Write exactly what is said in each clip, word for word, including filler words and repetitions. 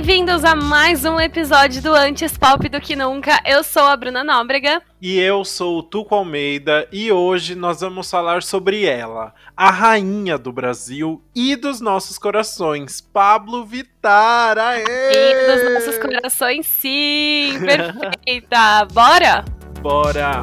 Bem-vindos a mais um episódio do Antes Pop do que Nunca. Eu sou a Bruna Nóbrega. E eu sou o Tuco Almeida e hoje nós vamos falar sobre ela, a rainha do Brasil e dos nossos corações, Pabllo Vittar. Aê! E dos nossos corações, sim! Perfeita! Bora? Bora!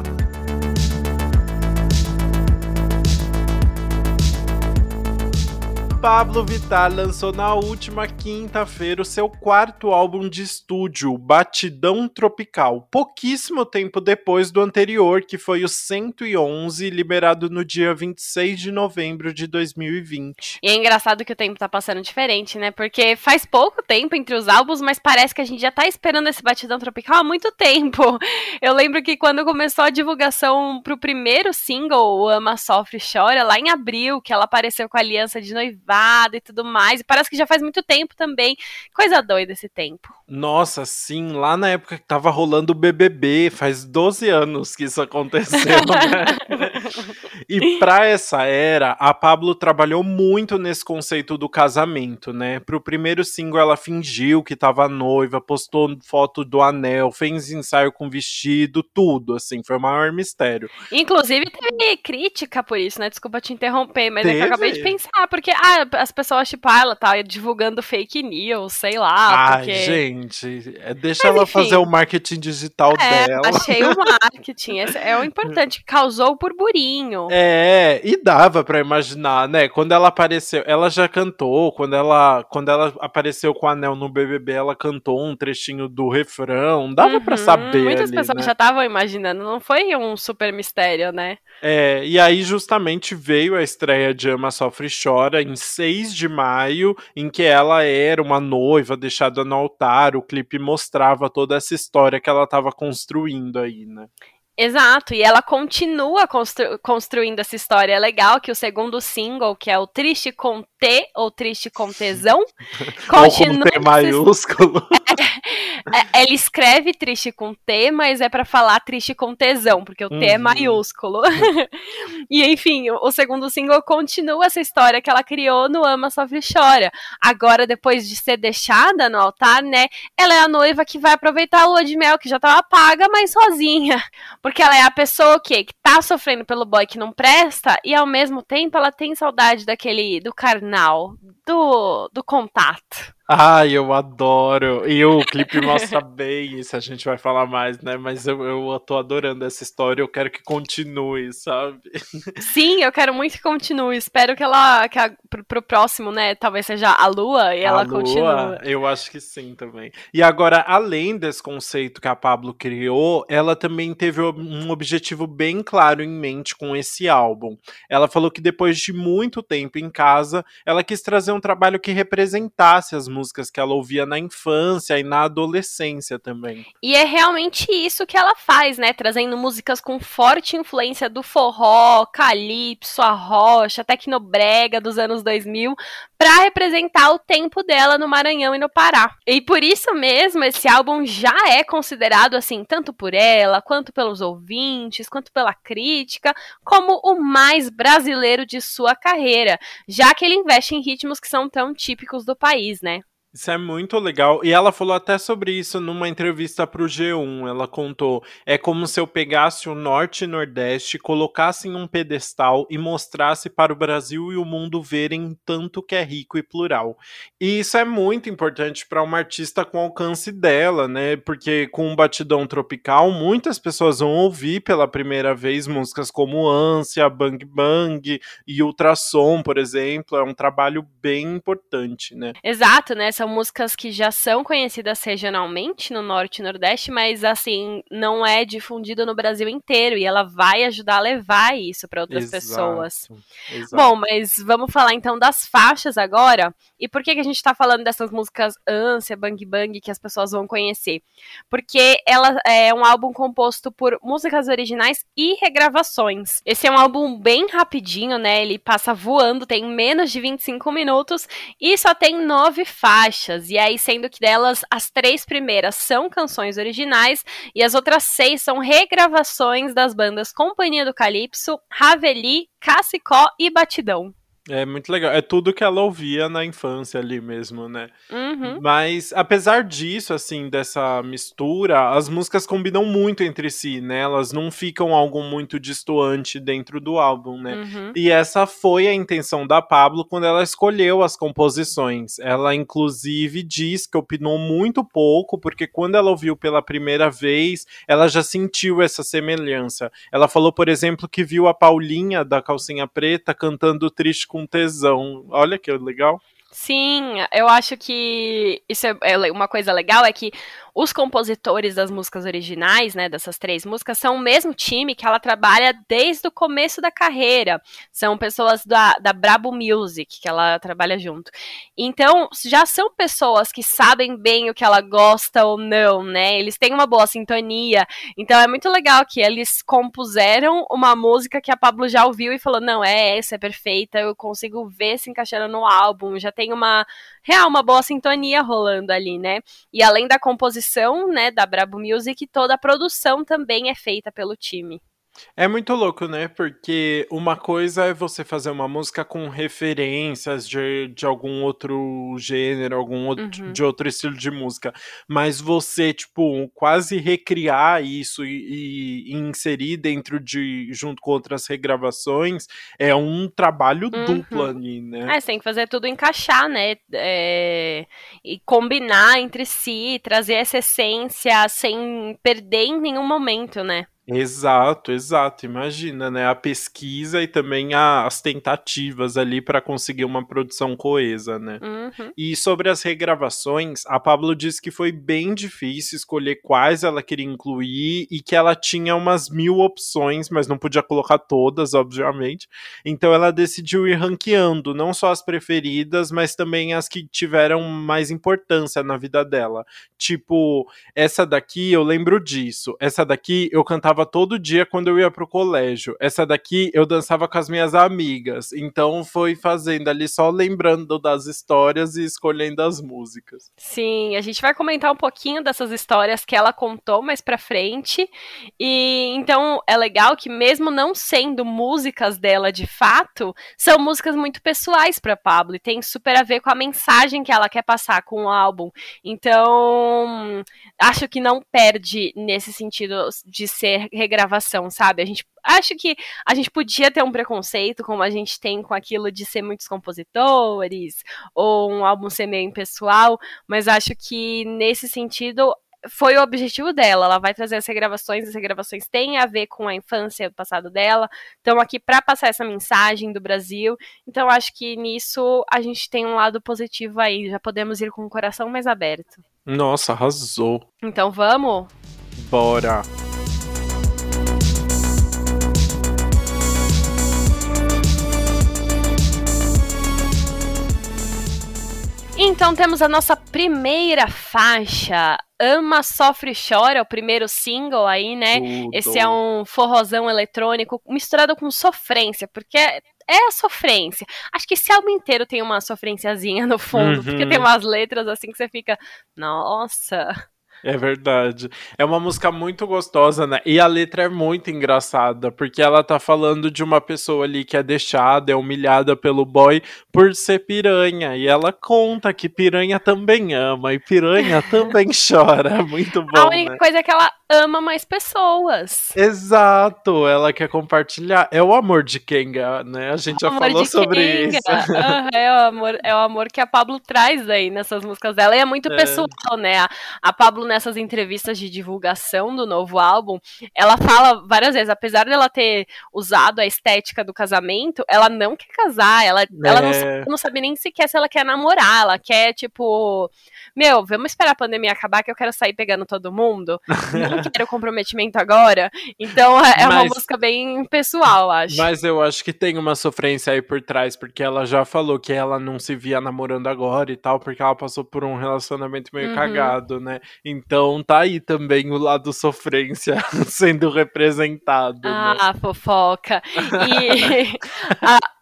Pabllo Vittar lançou na última quinta-feira o seu quarto álbum de estúdio, Batidão Tropical, pouquíssimo tempo depois do anterior, que foi o cento e onze, liberado no dia vinte e seis de novembro de dois mil e vinte. E é engraçado que o tempo tá passando diferente, né? Porque faz pouco tempo entre os álbuns, mas parece que a gente já tá esperando esse Batidão Tropical há muito tempo. Eu lembro que quando começou a divulgação pro primeiro single, o Ama, Sofre, Chora, lá em abril, que ela apareceu com a aliança de noivado e tudo mais, e parece que já faz muito tempo também. Coisa doida esse tempo. Nossa, sim, lá na época que tava rolando o B B B, faz doze anos que isso aconteceu, né? E pra essa era, a Pabllo trabalhou muito nesse conceito do casamento, né? Pro primeiro single ela fingiu que tava noiva, postou foto do anel, fez ensaio com vestido, tudo, assim, foi o maior mistério. Inclusive teve crítica por isso, né? Desculpa te interromper, mas Teve? é que eu acabei de pensar, porque ah, as pessoas, tipo, ah, ela tá divulgando fake news, sei lá, Ai, porque... gente, é, deixa Mas, ela enfim, fazer o marketing digital é, dela. achei o marketing, esse é o importante, causou o burburinho. É, e dava pra imaginar, né? Quando ela apareceu, ela já cantou, quando ela, quando ela apareceu com o anel no B B B, ela cantou um trechinho do refrão, dava Uhum, pra saber muitas ali, pessoas né? já estavam imaginando, não foi um super mistério, né? É, e aí justamente veio a estreia de Ama, Sofre, Chora em seis de maio, em que ela era uma noiva deixada no altar, o clipe mostrava toda essa história que ela estava construindo aí, né? Exato, e ela continua constru- construindo essa história. É legal que o segundo single, que é o Triste com T, ou Triste com Tesão, continua com T maiúsculo. É, ela escreve triste com T, mas é pra falar triste com tesão, porque o T Uhum. é maiúsculo. E enfim, o, o segundo single continua essa história que ela criou no Ama, Sofre, Chora. Agora, depois de ser deixada no altar, né, ela é a noiva que vai aproveitar a lua de mel, que já tava paga, mas sozinha. Porque ela é a pessoa o quê? Que tá sofrendo pelo boy que não presta, e ao mesmo tempo ela tem saudade daquele, do carnal, do, do contato. Ai, eu adoro. E o clipe mostra bem isso, a gente vai falar mais, né? Mas eu, eu tô adorando essa história, eu quero que continue, sabe? Sim, eu quero muito que continue. Espero que ela, que a, pro, pro próximo, né, talvez seja a Lua, e A ela Lua, continue. eu acho que sim também. E agora, além desse conceito que a Pabllo criou, ela também teve um objetivo bem claro em mente com esse álbum. Ela falou que depois de muito tempo em casa, ela quis trazer um trabalho que representasse as músicas que ela ouvia na infância e na adolescência também. E é realmente isso que ela faz, né? Trazendo músicas com forte influência do forró, calypso, arrocha, tecnobrega dos anos dois mil, para representar o tempo dela no Maranhão e no Pará. E por isso mesmo, esse álbum já é considerado, assim, tanto por ela, quanto pelos ouvintes, quanto pela crítica, como o mais brasileiro de sua carreira, já que ele investe em ritmos que são tão típicos do país, né? Isso é muito legal. E ela falou até sobre isso numa entrevista pro G um. Ela contou: é como se eu pegasse o Norte e Nordeste, colocasse em um pedestal e mostrasse para o Brasil e o mundo verem tanto que é rico e plural. E isso é muito importante para uma artista com alcance dela, né? Porque com o Batidão Tropical, muitas pessoas vão ouvir pela primeira vez músicas como Ânsia, Bang Bang e Ultrassom, por exemplo. É um trabalho bem importante, né? Exato, né? São músicas que já são conhecidas regionalmente no Norte e Nordeste, mas assim, não é difundida no Brasil inteiro, e ela vai ajudar a levar isso para outras Exato, pessoas. exato. Bom, mas vamos falar então das faixas agora. E por que, que a gente tá falando dessas músicas Ânsia, Bang Bang, que as pessoas vão conhecer? Porque ela é um álbum composto por músicas originais e regravações. Esse é um álbum bem rapidinho, né? Ele passa voando, tem menos de vinte e cinco minutos e só tem nove faixas. E aí, sendo que delas, as três primeiras são canções originais e as outras seis são regravações das bandas Companhia do Calypso, Raveli, Cacicó e Batidão. É muito legal. É tudo que ela ouvia na infância ali mesmo, né. Uhum. Mas apesar disso, assim, dessa mistura, as músicas combinam muito entre si, né, elas não ficam algo muito destoante dentro do álbum, né. Uhum. E essa foi a intenção da Pabllo quando ela escolheu as composições. Ela inclusive diz que opinou muito pouco, porque quando ela ouviu pela primeira vez, ela já sentiu essa semelhança. Ela falou, por exemplo, que viu a Paulinha da Calcinha Preta cantando Triste com Tesão. Olha que legal. Sim, eu acho que isso é, é uma coisa legal, é que os compositores das músicas originais, né, dessas três músicas, são o mesmo time que ela trabalha desde o começo da carreira. São pessoas da, da Brabo Music, que ela trabalha junto. Então, já são pessoas que sabem bem o que ela gosta ou não, né? Eles têm uma boa sintonia. Então, é muito legal que eles compuseram uma música que a Pabllo já ouviu e falou, não, é essa, é perfeita, eu consigo ver se encaixando no álbum, já tem uma real, uma boa sintonia rolando ali, né? E além da composição, né, da Brabo Music, toda a produção também é feita pelo time. É muito louco, né? Porque uma coisa é você fazer uma música com referências de, de algum outro gênero, algum outro, Uhum. de outro estilo de música, mas você, tipo, quase recriar isso e, e inserir dentro de, junto com outras regravações, é um trabalho duplo Uhum. ali, né? É, você tem que fazer tudo encaixar, né? É, e combinar entre si, trazer essa essência sem perder em nenhum momento, né? Exato, exato. Imagina, né, a pesquisa e também a as tentativas ali para conseguir uma produção coesa, né. Uhum. E sobre as regravações, a Pabllo disse que foi bem difícil escolher quais ela queria incluir e que ela tinha umas mil opções, mas não podia colocar todas, obviamente. Então ela decidiu ir ranqueando, não só as preferidas, mas também as que tiveram mais importância na vida dela. Tipo, essa daqui eu lembro disso, essa daqui eu cantava todo dia quando eu ia pro colégio, essa daqui eu dançava com as minhas amigas, então foi fazendo ali só lembrando das histórias e escolhendo as músicas. Sim, a gente vai comentar um pouquinho dessas histórias que ela contou mais pra frente. E então é legal que mesmo não sendo músicas dela de fato, são músicas muito pessoais pra Pabllo e tem super a ver com a mensagem que ela quer passar com o álbum. Então, acho que não perde nesse sentido de ser regravação, sabe? A gente acho que a gente podia ter um preconceito, como a gente tem com aquilo de ser muitos compositores, ou um álbum ser meio impessoal, mas acho que nesse sentido foi o objetivo dela. Ela vai trazer as regravações, as regravações têm a ver com a infância e o passado dela, estão aqui para passar essa mensagem do Brasil, então acho que nisso a gente tem um lado positivo aí, já podemos ir com o coração mais aberto. Nossa, arrasou. Então vamos? Bora. Então temos a nossa primeira faixa, Ama, Sofre e Chora, o primeiro single aí, né? Tudo. Esse é um forrozão eletrônico misturado com sofrência, porque é, é a sofrência. Acho que esse álbum inteiro tem uma sofrênciazinha no fundo, Uhum. porque tem umas letras assim que você fica, nossa... É verdade. É uma música muito gostosa, né? E a letra é muito engraçada, porque ela tá falando de uma pessoa ali que é deixada, é humilhada pelo boy por ser piranha. E ela conta que piranha também ama e piranha também chora. Muito bom, A única né? coisa é que ela ama mais pessoas. Exato, ela quer compartilhar. É o amor de Kenga, né? A gente já Amor falou de sobre Kenga. isso. Uhum, é, o amor, é o amor que a Pabllo traz aí nessas músicas dela. E é muito É. pessoal, né? A, a Pabllo, nessas entrevistas de divulgação do novo álbum, ela fala várias vezes, apesar dela ter usado a estética do casamento, ela não quer casar, ela, é. ela não, sabe, não sabe nem sequer se ela quer namorar, ela quer, tipo, meu, vamos esperar a pandemia acabar que eu quero sair pegando todo mundo. Não quero comprometimento agora. Então é uma Mas- música bem pessoal, acho. Mas eu acho que tem uma sofrência aí por trás, porque ela já falou que ela não se via namorando agora e tal, porque ela passou por um relacionamento meio Uhum. cagado, né? Então tá aí também o lado sofrência sendo representado, né? Ah, fofoca. E a,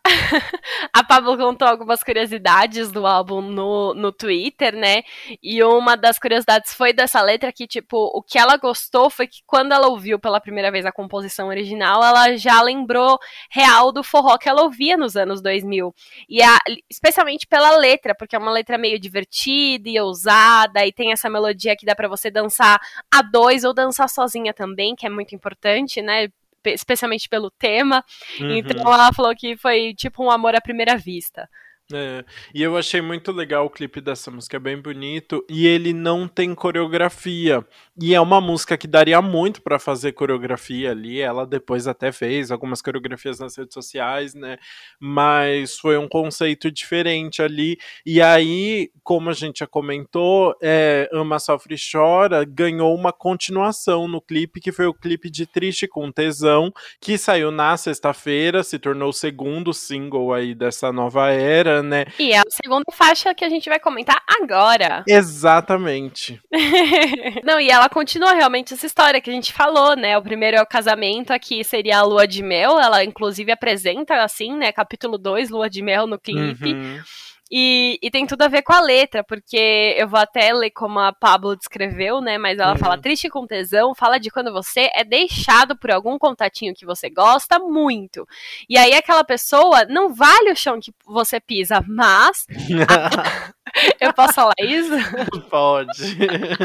A Pabllo contou algumas curiosidades do álbum no, no Twitter, né? E uma das curiosidades foi dessa letra que, tipo, o que ela gostou foi que quando ela ouviu pela primeira vez a composição original, ela já lembrou real do forró que ela ouvia nos anos dois mil. E a, especialmente pela letra, porque é uma letra meio divertida e ousada, e tem essa melodia que dá pra você dançar a dois ou dançar sozinha também, que é muito importante, né? Especialmente pelo tema. Uhum. Então ela falou que foi tipo um amor à primeira vista. É, e eu achei muito legal o clipe dessa música, é bem bonito, e ele não tem coreografia, e é uma música que daria muito pra fazer coreografia ali, ela depois até fez algumas coreografias nas redes sociais, né, mas foi um conceito diferente ali, e aí, como a gente já comentou, é, Ama, Sofre e Chora ganhou uma continuação no clipe, que foi o clipe de Triste com Tesão, que saiu na sexta-feira, se tornou o segundo single aí dessa nova era, né? E é a segunda faixa que a gente vai comentar agora. Exatamente. Não, e ela continua realmente essa história que a gente falou, né? O primeiro é o casamento, aqui seria a lua de mel, ela inclusive apresenta assim, né? Capítulo dois, lua de mel no clipe. Uhum. E, e tem tudo a ver com a letra, porque eu vou até ler como a Pabllo descreveu, né? Mas ela uhum. fala, triste com tesão, fala de quando você é deixado por algum contatinho que você gosta muito. E aí aquela pessoa não vale o chão que você pisa, mas... Eu posso falar isso? Pode.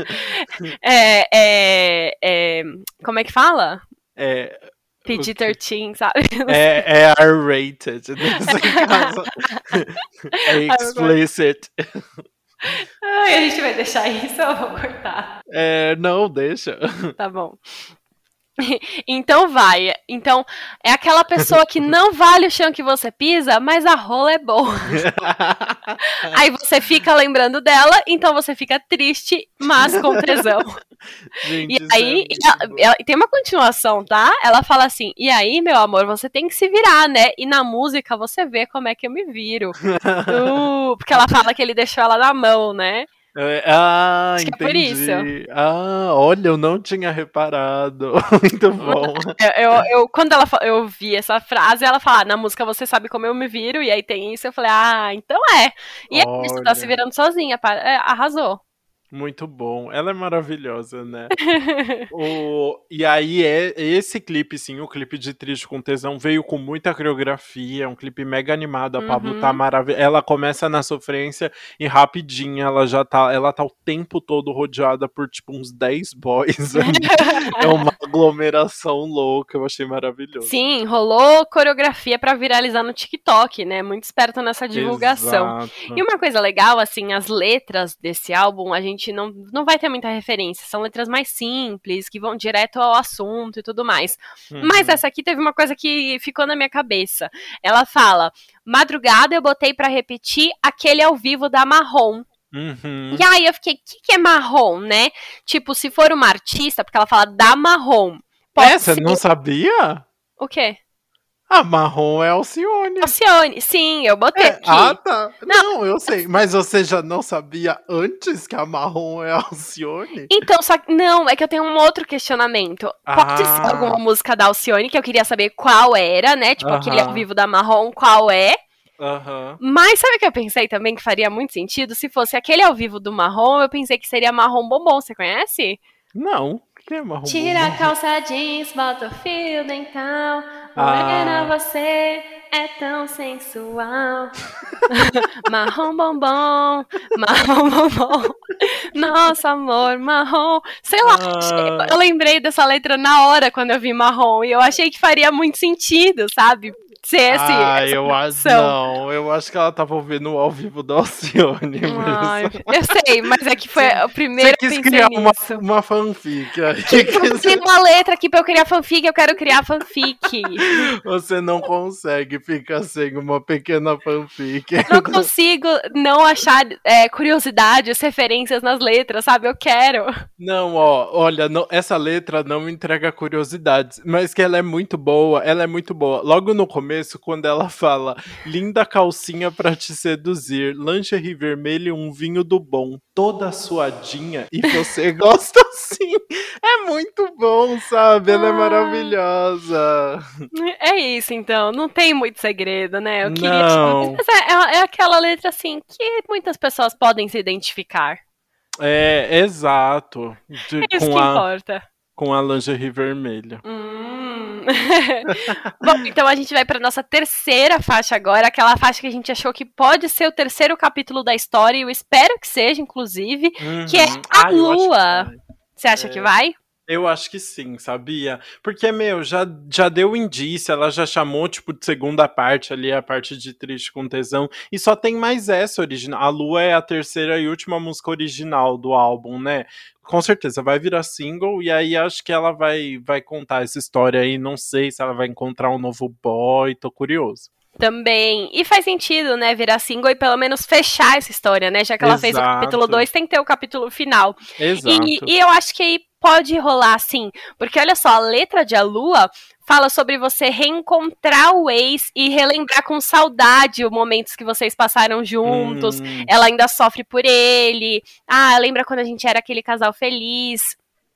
É, é, é, como é que fala? É... P G treze, sabe? É, é R-rated, nesse caso. É explicit. Ai, a gente vai deixar isso ou eu vou cortar? É, não, deixa. Tá bom. Então vai. Então, é aquela pessoa que não vale o chão que você pisa, mas a rola é boa. Aí você fica lembrando dela, então você fica triste, mas com tesão. Gente, e aí, é ela, ela, tem uma continuação, tá? Ela fala assim, e aí, meu amor, você tem que se virar, né? E na música você vê como é que eu me viro. uh, porque ela fala que ele deixou ela na mão, né? É, ah, Acho que entendi. é por isso. Ah, olha, eu não tinha reparado. Muito bom. Eu, eu, eu, quando ela, eu vi essa frase, ela fala, ah, na música você sabe como eu me viro, e aí tem isso, eu falei, ah, então é. E é isso, tá se virando sozinha, é, arrasou. Muito bom. Ela é maravilhosa, né? o... E aí, é esse clipe, sim, o clipe de Triste com Tesão, veio com muita coreografia, um clipe mega animado, a Pabllo uhum. tá maravilhosa. Ela começa na sofrência e rapidinho ela já tá, ela tá o tempo todo rodeada por, tipo, uns dez boys. É uma aglomeração louca, eu achei maravilhoso. Sim, rolou coreografia pra viralizar no TikTok, né? Muito esperto nessa divulgação. Exato. E uma coisa legal, assim, as letras desse álbum, a gente Não, não vai ter muita referência, são letras mais simples, que vão direto ao assunto e tudo mais. Uhum. Mas essa aqui teve uma coisa que ficou na minha cabeça. Ela fala, madrugada eu botei pra repetir aquele ao vivo da Marrom. Uhum. E aí eu fiquei, o que, que é Marrom, né? Tipo, se for uma artista, porque ela fala da Marrom. É, você ser... não sabia? O quê? A Marrom é Alcione. Alcione, sim, eu botei é, aqui. Ah, tá. Não. não, eu sei. Mas você já não sabia antes que a Marrom é Alcione? Então, só que, não, é que eu tenho um outro questionamento. Pode ah. ser alguma música da Alcione, que eu queria saber qual era, né? Tipo, uh-huh. aquele ao vivo da Marrom, qual é? Uhum. Mas sabe o que eu pensei também que faria muito sentido? Se fosse aquele ao vivo do Marrom, eu pensei que seria Marrom Bombom, você conhece? Não. Que é Marrom Tira Bombom? a calça jeans, bota o fio dental. Morena, ah. você é tão sensual. Marrom bombom, marrom bombom. Nossa, amor, marrom. Sei lá, ah. eu lembrei dessa letra na hora quando eu vi marrom. E eu achei que faria muito sentido, sabe? Ser esse, ah, eu acho não, eu acho que ela tava ouvindo ao vivo da Alcione. Ai, eu sei, mas é que foi o primeiro que eu pensei criar uma, uma fanfic. Aí. Tem uma letra aqui pra eu criar fanfic, eu quero criar fanfic. Você não consegue ficar sem uma pequena fanfic. Não consigo não achar é, curiosidades, referências nas letras, sabe? Eu quero. Não, ó, olha, não, essa letra não me entrega curiosidades, mas que ela é muito boa, ela é muito boa. Logo no começo começo quando ela fala: linda calcinha pra te seduzir, lingerie vermelho e um vinho do bom, toda suadinha e você gosta sim. É muito bom, sabe? Ela é maravilhosa. É isso, então. Não tem muito segredo, né? Eu queria. Não. Mas é, é aquela letra assim que muitas pessoas podem se identificar. É, exato. De, É isso com que a, importa. com a lingerie vermelha. Hum. Bom, então a gente vai para nossa terceira faixa agora, aquela faixa que a gente achou que pode ser o terceiro capítulo da história, e eu espero que seja, inclusive, Uhum. que é a Ah, eu acho que Lua. vai. Você acha É. que vai? Eu acho que sim, sabia? Porque, meu, já, já deu indício, ela já chamou, tipo, de segunda parte ali, a parte de Triste com Tesão, e só tem mais essa original. A Lua é a terceira e última música original do álbum, né? Com certeza, vai virar single, e aí acho que ela vai, vai contar essa história aí, não sei se ela vai encontrar um novo boy, tô curioso. Também. E faz sentido, né, virar single e pelo menos fechar essa história, né? Já que ela Exato. fez o capítulo dois, tem que ter o capítulo final. Exato. E, e eu acho que aí pode rolar, sim. Porque olha só, a letra de A Lua fala sobre você reencontrar o ex e relembrar com saudade os momentos que vocês passaram juntos. Hum. Ela ainda sofre por ele. Ah, lembra quando a gente era aquele casal feliz.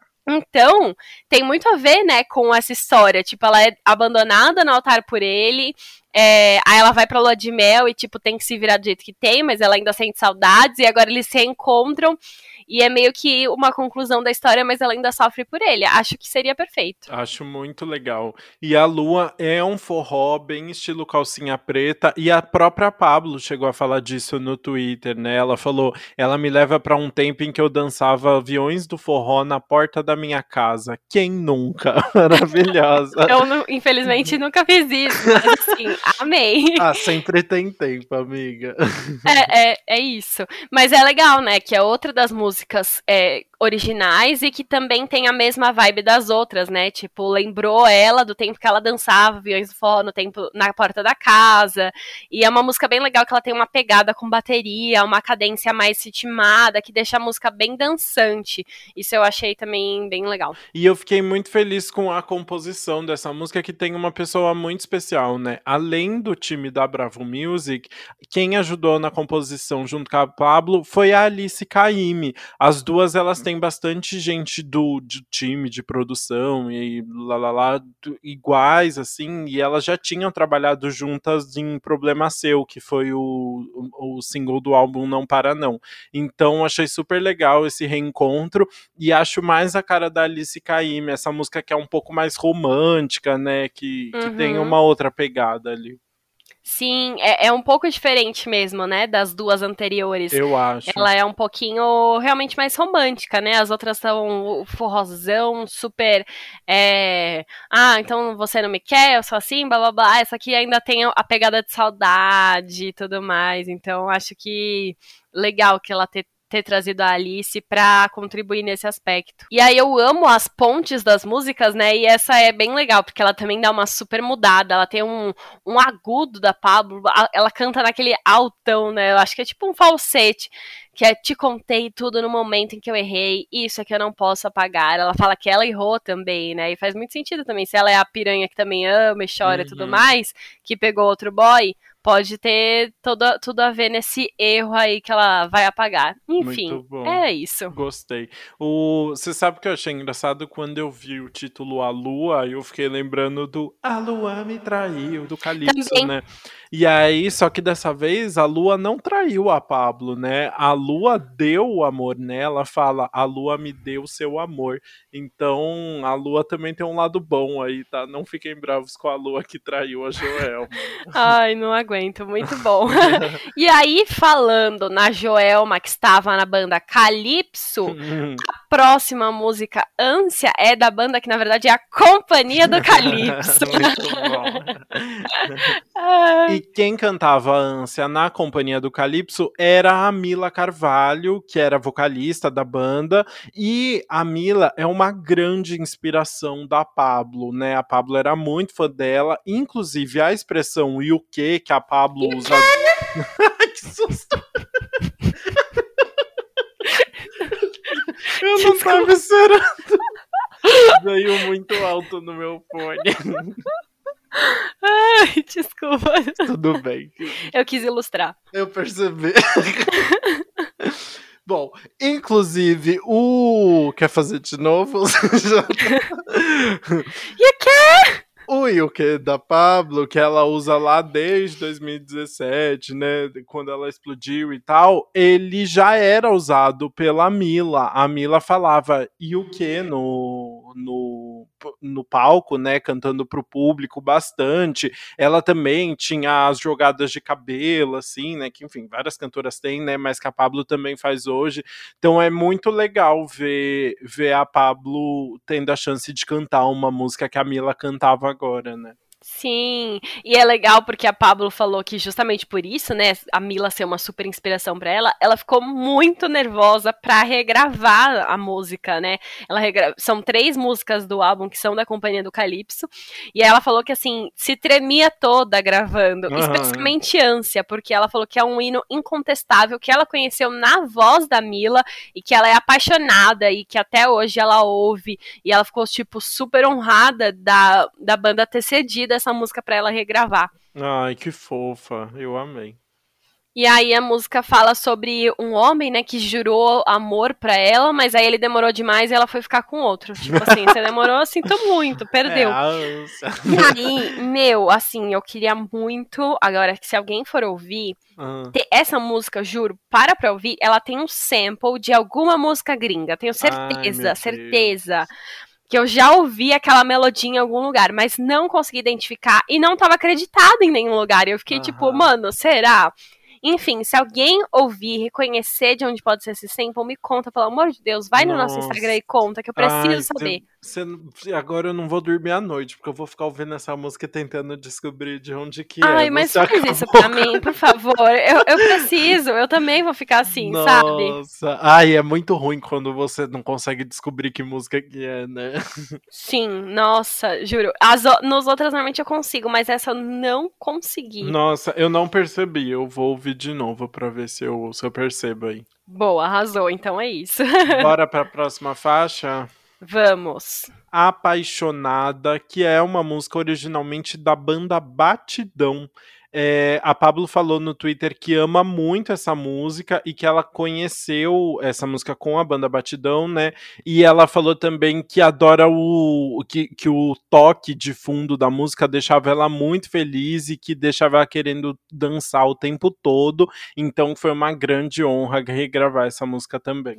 Então, tem muito a ver, né, com essa história. Tipo, ela é abandonada no altar por ele. É, aí ela vai pra lua de mel e, tipo, tem que se virar do jeito que tem, mas ela ainda sente saudades. E agora eles se reencontram. E é meio que uma conclusão da história, mas ela ainda sofre por ele. Acho que seria perfeito. Acho muito legal. E a Lua é um forró bem estilo calcinha preta. E a própria Pablo chegou a falar disso no Twitter, né? Ela falou, ela me leva pra um tempo em que eu dançava aviões do forró na porta da minha casa. Quem nunca? Maravilhosa. Eu, não, infelizmente, nunca fiz isso, mas assim, amei. Ah, sempre tem tempo, amiga. É, é, é isso. Mas é legal, né? Que é outra das músicas é, originais e que também tem a mesma vibe das outras, né? Tipo, lembrou ela do tempo que ela dançava Aviões do Forró no tempo na porta da casa. E é uma música bem legal que ela tem uma pegada com bateria, uma cadência mais ritmada, que deixa a música bem dançante. Isso eu achei também bem legal. E eu fiquei muito feliz com a composição dessa música, que tem uma pessoa muito especial, né? Além do time da Bravo Music, quem ajudou na composição junto com a Pablo foi a Alice Caymmi. As duas, elas têm bastante gente do, do time de produção e lá, lá, lá, iguais, assim, e elas já tinham trabalhado juntas em Problema Seu, que foi o, o, o single do álbum Não Para Não. Então, achei super legal esse reencontro e acho mais a cara da Alice Caymmi, essa música que é um pouco mais romântica, né, que, que Uhum. tem uma outra pegada ali. Sim, é, é um pouco diferente mesmo, né, das duas anteriores. Eu acho. Ela é um pouquinho realmente mais romântica, né? As outras são o forrozão, super. É... Ah, então você não me quer, eu sou assim, blá blá blá. Essa aqui ainda tem a pegada de saudade e tudo mais. Então acho que legal que ela ter ter trazido a Alice pra contribuir nesse aspecto. E aí eu amo as pontes das músicas, né, e essa é bem legal, porque ela também dá uma super mudada, ela tem um, um agudo da Pablo, ela canta naquele altão, né, eu acho que é tipo um falsete, que é te contei tudo no momento em que eu errei, isso é que eu não posso apagar. Ela fala que ela errou também, né, e faz muito sentido também, se ela é a piranha que também ama e chora e Uhum. tudo mais, que pegou outro boy, pode ter todo, tudo a ver nesse erro aí que ela vai apagar. Enfim, é isso. Gostei. O, você sabe o que eu achei engraçado? Quando eu vi o título A Lua, eu fiquei lembrando do A Lua Me Traiu, do Calypso, Também. né? E aí, só que dessa vez, a Lua não traiu a Pablo, né? A Lua deu o amor nela, fala, a Lua me deu seu amor. Então, a Lua também tem um lado bom aí, tá? Não fiquem bravos com a Lua que traiu a Joelma. Ai, não aguento, muito bom. E aí, falando na Joelma, que estava na banda Calypso, a próxima música, Ânsia, é da banda que, na verdade, é a Companhia do Calypso. Muito bom. E quem cantava a Ânsia na Companhia do Calypso era a Mila Carvalho, que era vocalista da banda, e a Mila é uma grande inspiração da Pablo, né? A Pablo era muito fã dela, inclusive a expressão e o que que a Pablo usa... Que susto! Eu não tava esperando. Veio muito alto no meu fone. Ai, desculpa. Tudo bem. Eu quis ilustrar. Eu percebi. Bom, inclusive, o... Quer fazer de novo? E o quê? O You Que da Pabllo, que ela usa lá desde dois mil e dezessete, né, quando ela explodiu e tal, ele já era usado pela Mila. A Mila falava You Que no, no, no palco, né, cantando pro público bastante. Ela também tinha as jogadas de cabelo, assim, né, que enfim, várias cantoras têm, né, mas que a Pabllo também faz hoje. Então é muito legal ver, ver a Pabllo tendo a chance de cantar uma música que a Mila cantava agora, né? Sim, e é legal porque a Pabllo falou que justamente por isso, né, a Mila ser uma super inspiração pra ela, ela ficou muito nervosa pra regravar a música, né? Ela regra... São três músicas do álbum que são da Companhia do Calypso, e ela falou que assim, se tremia toda gravando, uhum. Especialmente Ânsia, porque ela falou que é um hino incontestável, que ela conheceu na voz da Mila, e que ela é apaixonada, e que até hoje ela ouve, e ela ficou, tipo, super honrada da, da banda ter cedido essa música pra ela regravar. Ai, que fofa, eu amei. E aí a música fala sobre um homem, né, que jurou amor pra ela, mas aí ele demorou demais e ela foi ficar com outro. Tipo assim, você demorou, sinto muito, perdeu. É, e aí, meu, assim, eu queria muito, agora, que se alguém for ouvir, uhum. ter essa música, juro, para pra ouvir, ela tem um sample de alguma música gringa, tenho certeza, Ai, certeza. Deus. Que eu já ouvi aquela melodia em algum lugar, mas não consegui identificar e não tava acreditada em nenhum lugar. Eu fiquei uhum. tipo, mano, será? Enfim, se alguém ouvir, reconhecer de onde pode ser esse sample, me conta, pelo amor de Deus. Vai Nossa. no nosso Instagram e conta, que eu preciso Ai, saber. Cê, cê, agora eu não vou dormir à noite, porque eu vou ficar ouvindo essa música tentando descobrir de onde que Ai, é. Ai, mas faz acabou... isso pra mim, por favor. Eu, eu preciso, eu também vou ficar assim, Nossa. sabe? Nossa, ai, é muito ruim quando você não consegue descobrir que música que é, né? Sim, nossa, juro. As, nos outras normalmente eu consigo, mas essa eu não consegui. Nossa, eu não percebi, eu vou ouvir de novo pra ver se eu, se eu percebo aí. Boa, arrasou, então é isso. Bora pra próxima faixa? Vamos. Apaixonada, que é uma música originalmente da banda Batidão. É, a Pabllo falou no Twitter que ama muito essa música e que ela conheceu essa música com a banda Batidão, né? E ela falou também que adora o que, que o toque de fundo da música deixava ela muito feliz e que deixava ela querendo dançar o tempo todo. Então foi uma grande honra regravar essa música também.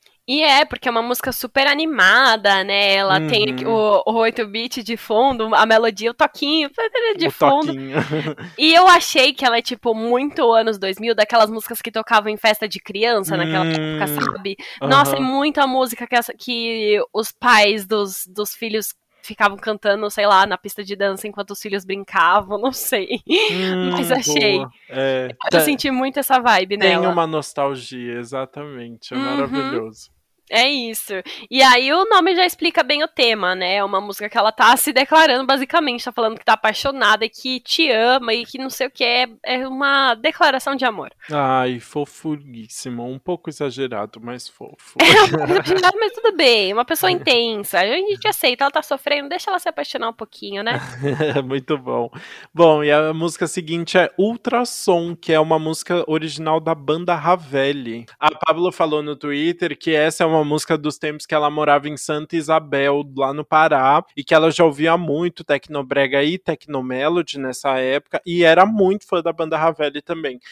E é, porque é uma música super animada, né? Ela uhum. tem o, o oito bit de fundo, a melodia, o toquinho de o fundo. Toquinho. E eu achei que ela é, tipo, muito anos dois mil, daquelas músicas que tocavam em festa de criança, naquela hum. época, sabe? Uhum. Nossa, é muita música que, que os pais dos, dos filhos ficavam cantando, sei lá, na pista de dança enquanto os filhos brincavam, não sei. Hum, Mas achei. É, eu tá, senti muito essa vibe tem nela. Tem uma nostalgia, exatamente. É uhum. maravilhoso. É isso. E aí o nome já explica bem o tema, né? É uma música que ela tá se declarando, basicamente. Tá falando que tá apaixonada, que te ama e que não sei o que. É, é uma declaração de amor. Ai, fofuríssimo. Um pouco exagerado, mas fofo. É um pouco exagerado, mas tudo bem. Uma pessoa intensa. A gente aceita, ela tá sofrendo, deixa ela se apaixonar um pouquinho, né? Muito bom. Bom, e a música seguinte é Ultrassom, que é uma música original da banda Ravelli. A Pabllo falou no Twitter que essa é uma música dos tempos que ela morava em Santa Isabel, lá no Pará, e que ela já ouvia muito Tecnobrega e Tecnomelody nessa época, e era muito fã da banda Ravelli também.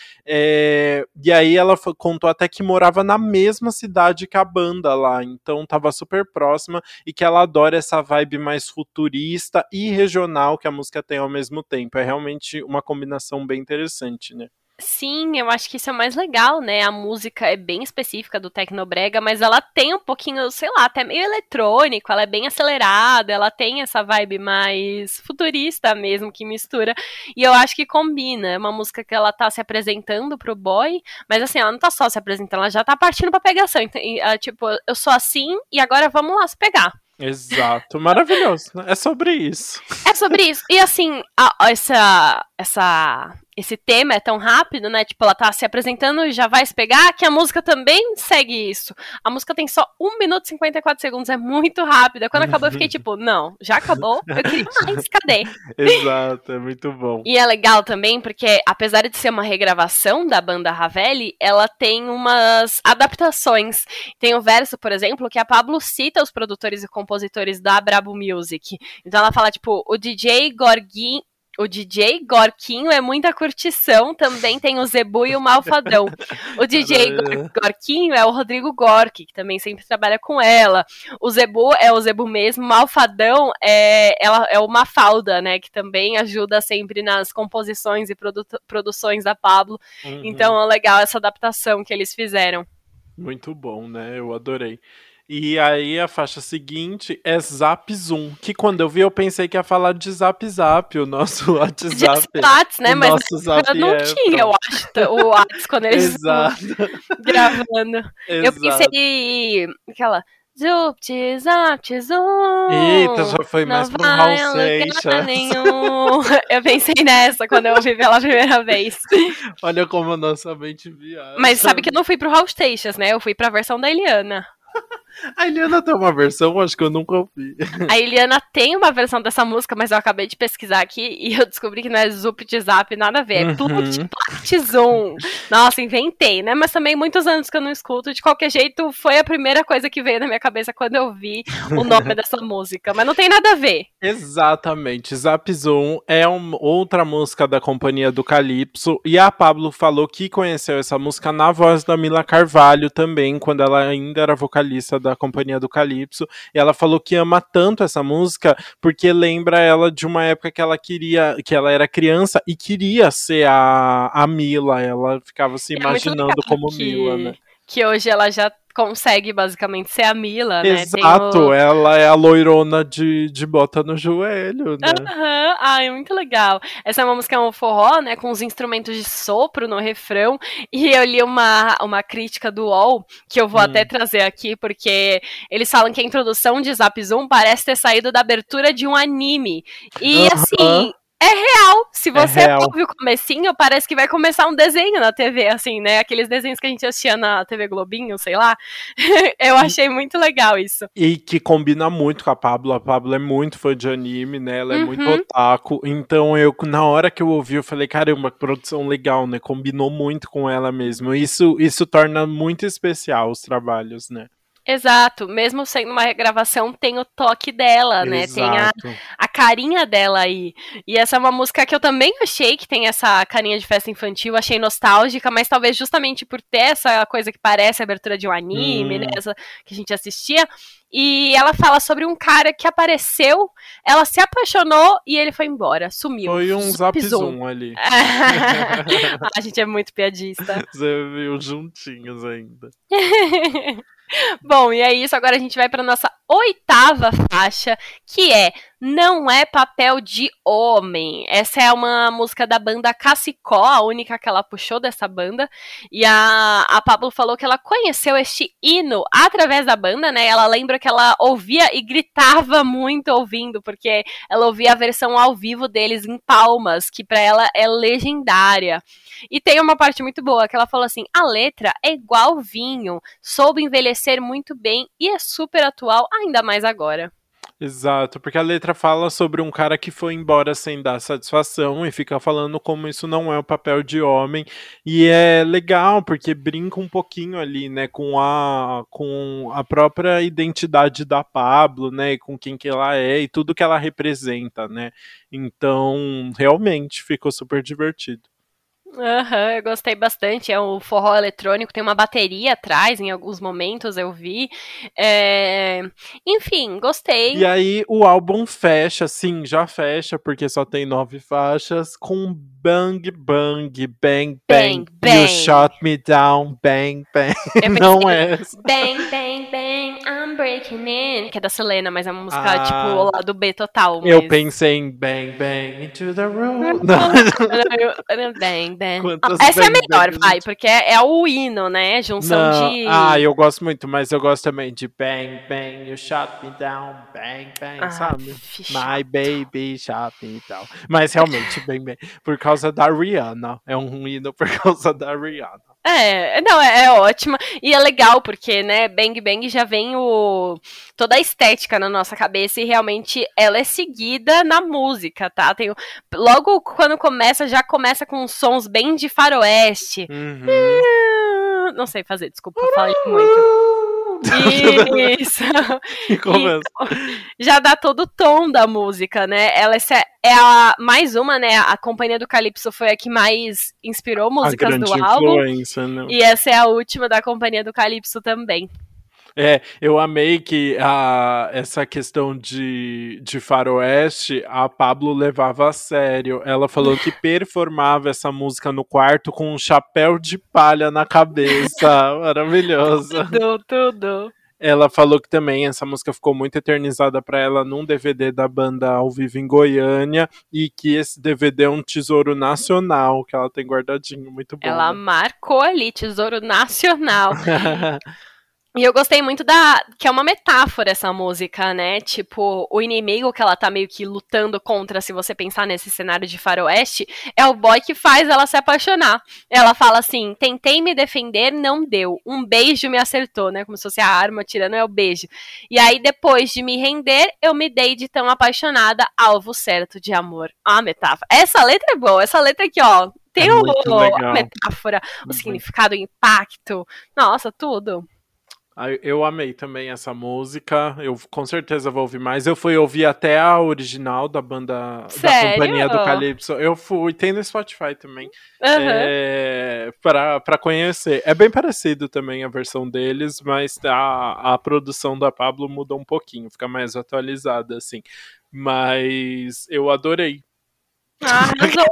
É, e aí ela contou até que morava na mesma cidade que a banda lá, então tava super próxima, e que ela adora essa vibe mais futurista e regional que a música tem ao mesmo tempo. É realmente uma combinação bem interessante, né? Sim, eu acho que isso é mais legal, né? A música é bem específica do Tecnobrega, mas ela tem um pouquinho, sei lá, até meio eletrônico, ela é bem acelerada, ela tem essa vibe mais futurista mesmo, que mistura, e eu acho que combina. É uma música que ela tá se apresentando pro boy, mas assim, ela não tá só se apresentando, ela já tá partindo pra pegação. Então, ela, tipo, eu sou assim e agora vamos lá se pegar. Exato, maravilhoso. É sobre isso. É sobre isso. E assim, a, essa, essa, esse tema é tão rápido, né? Tipo, ela tá se apresentando e já vai se pegar, que a música também segue isso. A música tem só um minuto e cinquenta e quatro segundos, é muito rápida. Quando acabou, eu fiquei tipo, não, já acabou? Eu queria mais, cadê? Exato, é muito bom. E é legal também porque, apesar de ser uma regravação da banda Ravelli, ela tem umas adaptações. Tem o verso, por exemplo, que a Pablo cita os produtores e compositores da Brabo Music. Então ela fala, tipo, o D J Gorguinho. O D J Gorquinho é muita curtição, também tem o Zebu e o Malfadão. O D J Gor- Gorquinho é o Rodrigo Gork, que também sempre trabalha com ela. O Zebu é o Zebu mesmo, o Malfadão é, ela, é o Mafalda, né, que também ajuda sempre nas composições e produ- produções da Pablo. Uhum. Então é legal essa adaptação que eles fizeram. Muito bom, né? Eu adorei. E aí a faixa seguinte é Zap Zoom, que quando eu vi eu pensei que ia falar de Zap Zap, o nosso WhatsApp. Whats, né? O Mas nosso Zap não é, tinha, eu acho, o Whats quando eles estavam Exato. gravando. Eu Exato. pensei aquela Zup, zap, zoom. Eita, já foi não mais pro vai Raul a lugar Seixas. nenhum. Eu pensei nessa quando eu ouvi pela primeira vez. Olha como a nossa mente viaja. Mas sabe que eu não fui pro Raul Seixas, né? Eu fui pra versão da Eliana. A Eliana tem uma versão, acho que eu nunca ouvi. A Eliana tem uma versão dessa música, mas eu acabei de pesquisar aqui e eu descobri que não é Zup de Zap, nada a ver. É Uhum. Plut, Plat, Zoom. Nossa, inventei, né? Mas também muitos anos que eu não escuto. De qualquer jeito, foi a primeira coisa que veio na minha cabeça quando eu vi o nome dessa música. Mas não tem nada a ver. Exatamente. Zap Zoom é um, outra música da Companhia do Calypso. E a Pablo falou que conheceu essa música na voz da Mila Carvalho também, quando ela ainda era vocalista da Companhia do Calypso. E ela falou que ama tanto essa música porque lembra ela de uma época que ela queria, que ela era criança e queria ser a, a Mila. Ela ficava se E é muito imaginando legal como que, Mila, né? que hoje ela já consegue basicamente ser a Mila, né? Exato, Tem o... ela é a loirona de, de bota no joelho, né? Aham, ai, muito legal. Essa é uma música, é um forró, né, com os instrumentos de sopro no refrão, e eu li uma, uma crítica do U O L, que eu vou Hum. até trazer aqui, porque eles falam que a introdução de Zap Zoom parece ter saído da abertura de um anime, e Aham. assim... É real, se você É real. ouve o comecinho, parece que vai começar um desenho na T V, assim, né, aqueles desenhos que a gente assistia na T V Globinho, sei lá. Eu achei muito legal isso. E que combina muito com a Pablo. A Pablo é muito fã de anime, né? Ela é Uhum. muito otaku. Então, eu, na hora que eu ouvi, eu falei, caramba, que produção legal, né? Combinou muito com ela mesmo. Isso, isso torna muito especial os trabalhos, né? Exato, mesmo sendo uma regravação, tem o toque dela, né? Tem a, Exato. a carinha dela aí. E essa é uma música que eu também achei que tem essa carinha de festa infantil, achei nostálgica, mas talvez justamente por ter essa coisa que parece a abertura de um anime, Hum. né? Essa que a gente assistia. E ela fala sobre um cara que apareceu, ela se apaixonou e ele foi embora, sumiu. Foi um zap Zoom. zoom ali. A gente é muito piadista. Você viu juntinhos ainda. Bom, e é isso. Agora a gente vai para nossa oitava faixa, que é Não é Papel de Homem. Essa é uma música da banda Cacicó, a única que ela puxou dessa banda. E a, a Pablo falou que ela conheceu este hino através da banda, né? Ela lembra que ela ouvia e gritava muito ouvindo, porque ela ouvia a versão ao vivo deles em Palmas, que para ela é legendária. E tem uma parte muito boa, que ela falou assim, a letra é igual vinho, soube envelhecer muito bem e é super atual, ainda mais agora. Exato, porque a letra fala sobre um cara que foi embora sem dar satisfação e fica falando como isso não é o papel de homem. E é legal, porque brinca um pouquinho ali, né, com a, com a própria identidade da Pablo, né, e com quem que ela é e tudo que ela representa, né. Então, realmente, ficou super divertido. Aham, eu gostei bastante, é um forró eletrônico, tem uma bateria atrás, em alguns momentos eu vi, é... enfim, gostei. E aí o álbum fecha, sim, já fecha, porque só tem nove faixas, com Bang Bang, Bang Bang, Bang, bang. You Shot Me Down, Bang Bang, Eu não pensei, é Bang, bang, bang, I'm breaking in, que é da Selena, mas é uma música Ah. tipo o lado B total. Eu mas... pensei em Bang Bang, Into the Room. Bang, bang. Quantas Essa é a bang melhor, bangs? vai, porque é, é o hino, né? Junção Não. de. Ah, eu gosto muito, mas eu gosto também de Bang Bang, You Shot Me Down, Bang Bang, Ah, sabe? fi- My chato. baby shot me down. Mas realmente, Bang Bang, por causa causa da Rihanna. É um hino por causa da Rihanna. É, não, é, é ótima. E é legal porque, né, Bang Bang já vem o toda a estética na nossa cabeça e realmente ela é seguida na música, tá? Tem o, logo quando começa, já começa com sons bem de faroeste. Uhum. Não sei fazer, desculpa, falei muito. Isso. Então, já dá todo o tom da música, né? Ela é a mais uma, né? A Companhia do Calypso foi a que mais inspirou músicas do álbum. Né? E essa é a última da Companhia do Calypso também. É, eu amei que a, essa questão de, de faroeste, a Pabllo levava a sério. Ela falou que performava essa música no quarto com um chapéu de palha na cabeça. Maravilhosa. Tudo, tudo. Ela falou que também essa música ficou muito eternizada para ela num D V D da banda ao vivo em Goiânia e que esse D V D é um tesouro nacional que ela tem guardadinho, muito bom. Ela né? marcou ali, tesouro nacional. E eu gostei muito da... que é uma metáfora essa música, né? Tipo, o inimigo que ela tá meio que lutando contra, se você pensar nesse cenário de faroeste, é o boy que faz ela se apaixonar. Ela fala assim, tentei me defender, não deu. Um beijo me acertou, né? Como se fosse a arma tirando é o beijo. E aí, depois de me render, eu me dei de tão apaixonada, alvo certo de amor. Ah, metáfora. Essa letra é boa. Essa letra aqui, ó, tem é o, a metáfora, o significado, o impacto. Nossa, tudo. Eu amei também essa música, eu com certeza vou ouvir mais. Eu fui ouvir até a original da banda Sério? da Companhia do Calypso. Eu fui, tem no Spotify também, uhum. é, pra, pra conhecer. É bem parecido também a versão deles, mas a, a produção da Pabllo muda um pouquinho, fica mais atualizada, assim. Mas eu adorei. Ah,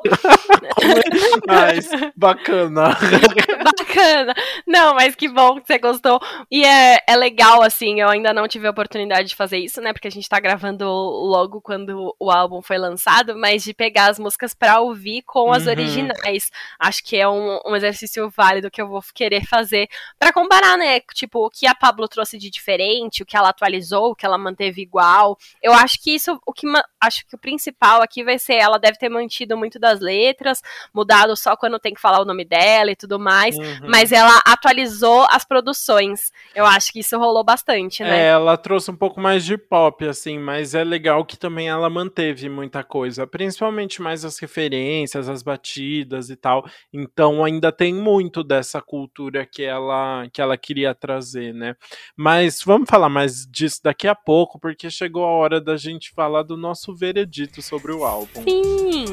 mas bacana. Bacana. Não, mas que bom que você gostou. E é, é legal, assim, eu ainda não tive a oportunidade de fazer isso, né? Porque a gente tá gravando logo quando o álbum foi lançado, mas de pegar as músicas pra ouvir com as uhum. originais. Acho que é um, um exercício válido que eu vou querer fazer pra comparar, né? Tipo, o que a Pabllo trouxe de diferente, o que ela atualizou, o que ela manteve igual. Eu acho que isso, o que acho que o principal aqui vai ser, ela deve ter mantido muito das letras, mudado só quando tem que falar o nome dela e tudo mais, uhum. mas ela atualizou as produções. Eu acho que isso rolou bastante, né? É, ela trouxe um pouco mais de pop, assim, mas é legal que também ela manteve muita coisa, principalmente mais as referências, as batidas e tal. Então ainda tem muito dessa cultura que ela, que ela queria trazer, né? Mas vamos falar mais disso daqui a pouco, porque chegou a hora da gente falar do nosso veredito sobre o álbum. Sim!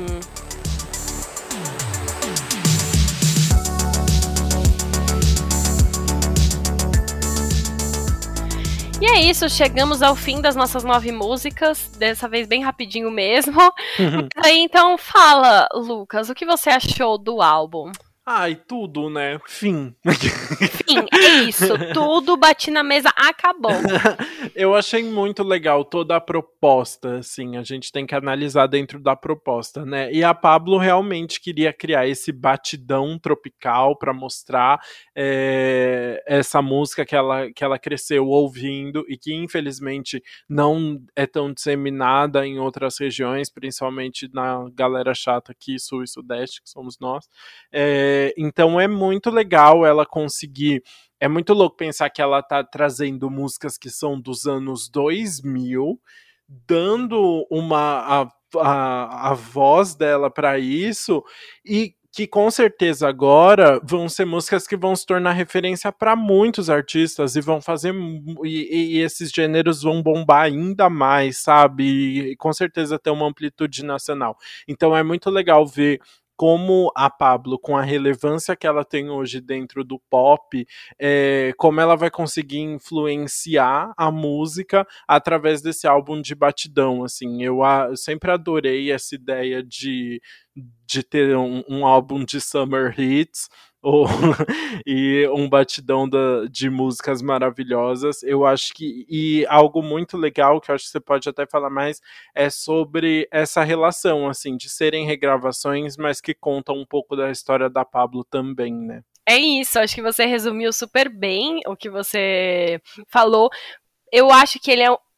E é isso, chegamos ao fim das nossas nove músicas, dessa vez bem rapidinho mesmo. Uhum. Aí, então fala, Lucas, o que você achou do álbum? Ai, tudo, né? Fim. Fim, é isso. Tudo, bati na mesa, acabou. Eu achei muito legal toda a proposta, assim, a gente tem que analisar dentro da proposta, né? E a Pabllo realmente queria criar esse batidão tropical para mostrar é, essa música que ela, que ela cresceu ouvindo e que infelizmente não é tão disseminada em outras regiões, principalmente na galera chata aqui, sul e sudeste, que somos nós. É, então é muito legal ela conseguir. É muito louco pensar que ela tá trazendo músicas que são dos anos dois mil, dando uma a, a, a voz dela para isso, e que com certeza agora vão ser músicas que vão se tornar referência para muitos artistas e vão fazer e, e esses gêneros vão bombar ainda mais, sabe? E, e com certeza ter uma amplitude nacional. Então é muito legal ver como a Pabllo, com a relevância que ela tem hoje dentro do pop, é, como ela vai conseguir influenciar a música através desse álbum de batidão, assim, eu, a, eu sempre adorei essa ideia de, de ter um, um álbum de summer hits, ou, e um batidão da, de músicas maravilhosas. Eu acho que, e algo muito legal, que eu acho que você pode até falar mais, é sobre essa relação, assim, de serem regravações, mas que contam um pouco da história da Pabllo também, né? É isso, acho que você resumiu super bem o que você falou. Eu acho que ele é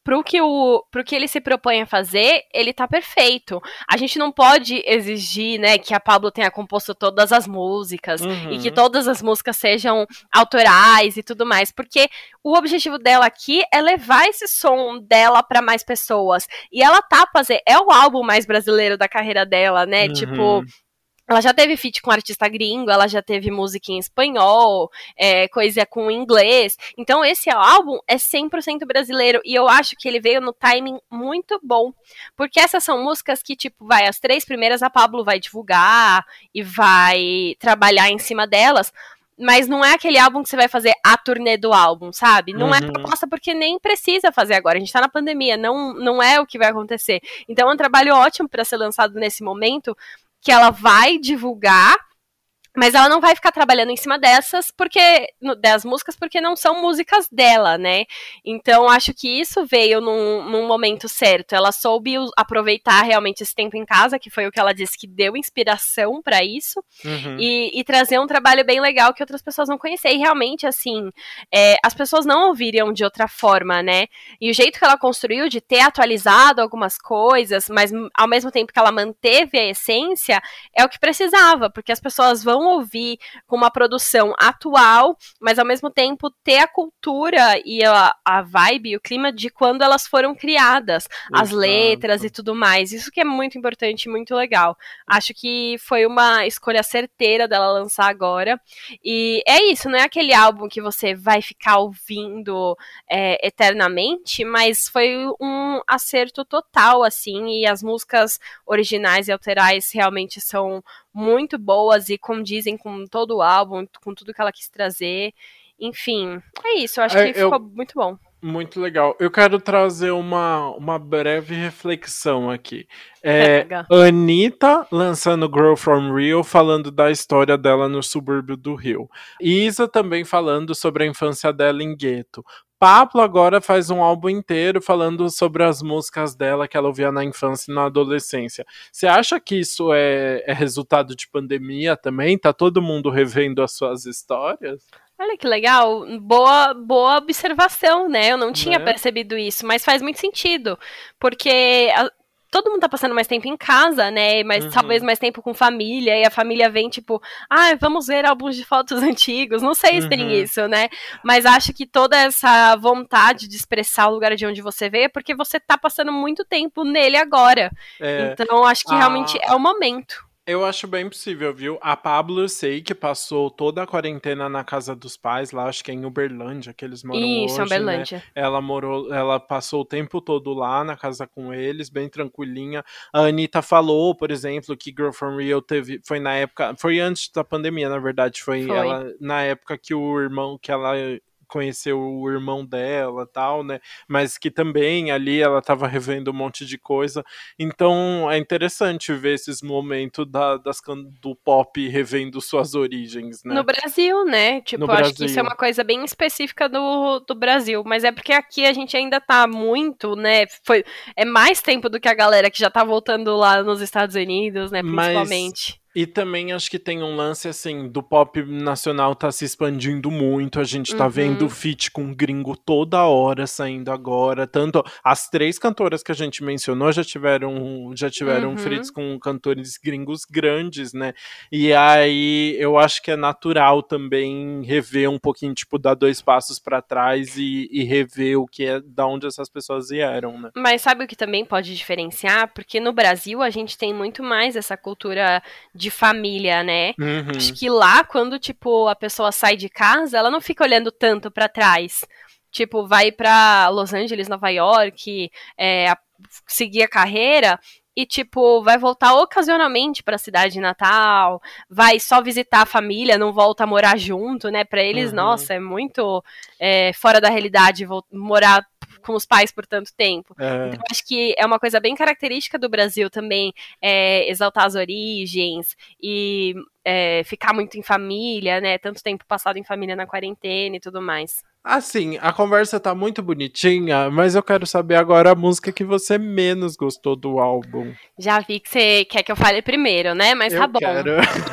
pro que, o, pro que ele se propõe a fazer, ele tá perfeito. A gente não pode exigir, né, que a Pabllo tenha composto todas as músicas Uhum. e que todas as músicas sejam autorais e tudo mais, porque o objetivo dela aqui é levar esse som dela pra mais pessoas. E ela tá fazendo, é o álbum mais brasileiro da carreira dela, né? Uhum. Tipo, ela já teve feat com artista gringo, ela já teve música em espanhol, é, coisa com inglês. Então esse álbum é cem por cento brasileiro e eu acho que ele veio no timing muito bom. Porque essas são músicas que, tipo, vai, as três primeiras a Pabllo vai divulgar e vai trabalhar em cima delas. Mas não é aquele álbum que você vai fazer a turnê do álbum, sabe? Não Uhum. é proposta porque nem precisa fazer agora. A gente tá na pandemia, não, não é o que vai acontecer. Então é um trabalho ótimo pra ser lançado nesse momento, que ela vai divulgar, mas ela não vai ficar trabalhando em cima dessas, porque das músicas, porque não são músicas dela, né? Então, acho que isso veio num, num momento certo. Ela soube aproveitar realmente esse tempo em casa, que foi o que ela disse que deu inspiração pra isso, Uhum. e, e trazer um trabalho bem legal que outras pessoas não conheciam. E realmente, assim, é, as pessoas não ouviriam de outra forma, né? E o jeito que ela construiu de ter atualizado algumas coisas, mas ao mesmo tempo que ela manteve a essência, é o que precisava, porque as pessoas vão ouvir com uma produção atual, mas ao mesmo tempo ter a cultura e a, a vibe e o clima de quando elas foram criadas, as Exato. letras e tudo mais. Isso que é muito importante e muito legal. Acho que foi uma escolha certeira dela lançar agora. E é isso, não é aquele álbum que você vai ficar ouvindo é, eternamente, mas foi um acerto total, assim, e as músicas originais e autorais realmente são muito boas e condizem com todo o álbum, com tudo que ela quis trazer. Enfim, é isso, eu acho É, que eu- ficou muito bom. Muito legal. Eu quero trazer uma, uma breve reflexão aqui. É, Traga. Anitta lançando Girl From Rio, falando da história dela no subúrbio do Rio. Isa também falando sobre a infância dela em gueto. Pabllo agora faz um álbum inteiro falando sobre as músicas dela que ela ouvia na infância e na adolescência. Você acha que isso é, é resultado de pandemia também? Tá todo mundo revendo as suas histórias? Olha que legal, boa, boa observação, né? Eu não tinha Né? percebido isso, mas faz muito sentido, porque a- todo mundo tá passando mais tempo em casa, né? Mas Uhum. talvez mais tempo com família, e a família vem tipo, ah, vamos ver álbuns de fotos antigos. Não sei se tem Uhum. isso, né? Mas acho que toda essa vontade de expressar o lugar de onde você veio é porque você tá passando muito tempo nele agora. É, Então acho que a- realmente é o momento. Eu acho bem possível, viu? A Pabllo, eu sei que passou toda a quarentena na casa dos pais, lá, acho que é em Uberlândia, que eles moram Isso, hoje, né? Uberlândia. Ela morou, ela passou o tempo todo lá na casa com eles, bem tranquilinha. A Anitta falou, por exemplo, que Girl From Rio teve, foi na época, foi antes da pandemia, na verdade, foi, Foi. ela na época que o irmão, que ela conheceu o irmão dela, tal, né? Mas que também ali ela tava revendo um monte de coisa. Então é interessante ver esses momentos da, das, can- do pop revendo suas origens, né? No Brasil, né? Tipo, No acho que isso é Brasil. uma coisa bem específica do, do Brasil. Mas é porque aqui a gente ainda tá muito, né? Foi, é mais tempo do que a galera que já tá voltando lá nos Estados Unidos, né? Mas Principalmente. e também acho que tem um lance assim, do pop nacional tá se expandindo muito, a gente tá Uhum. vendo feat com gringo toda hora saindo agora, tanto as três cantoras que a gente mencionou já tiveram já tiveram Uhum. feats com cantores gringos grandes, né? E aí eu acho que é natural também rever um pouquinho, tipo, dar dois passos pra trás e, e rever o que é, da onde essas pessoas vieram, né? Mas sabe o que também pode diferenciar? Porque no Brasil a gente tem muito mais essa cultura de família, né? Uhum. Acho que lá, quando, tipo, a pessoa sai de casa, ela não fica olhando tanto pra trás. Tipo, vai pra Los Angeles, Nova York, é, a- seguir a carreira e, tipo, vai voltar ocasionalmente pra cidade natal, vai só visitar a família, não volta a morar junto, né? Pra eles, Uhum. nossa, é muito é, fora da realidade vol- morar com os pais por tanto tempo. É. Então, acho que é uma coisa bem característica do Brasil também, é, exaltar as origens e é, ficar muito em família, né? Tanto tempo passado em família na quarentena e tudo mais. Assim, a conversa tá muito bonitinha, mas eu quero saber agora a música que você menos gostou do álbum. Já vi que você quer que eu fale primeiro, né? Mas tá Eu bom. quero.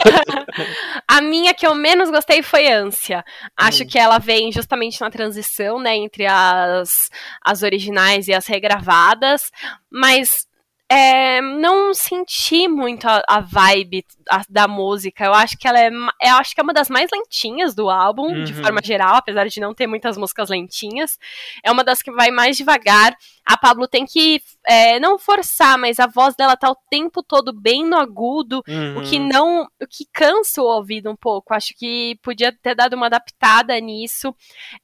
A minha que eu menos gostei foi Ânsia. Acho Hum. que ela vem justamente na transição, né, entre as, as originais e as regravadas, mas é, não senti muito a, a vibe a- da música. Eu acho que ela é, ma- eu acho que é uma das mais lentinhas do álbum, de forma Uhum. geral, apesar de não ter muitas músicas lentinhas. É uma das que vai mais devagar. A Pablo tem que é, não forçar, mas a voz dela tá o tempo todo bem no agudo, o que Uhum. não, o que cansa o ouvido um pouco. Acho que podia ter dado uma adaptada nisso.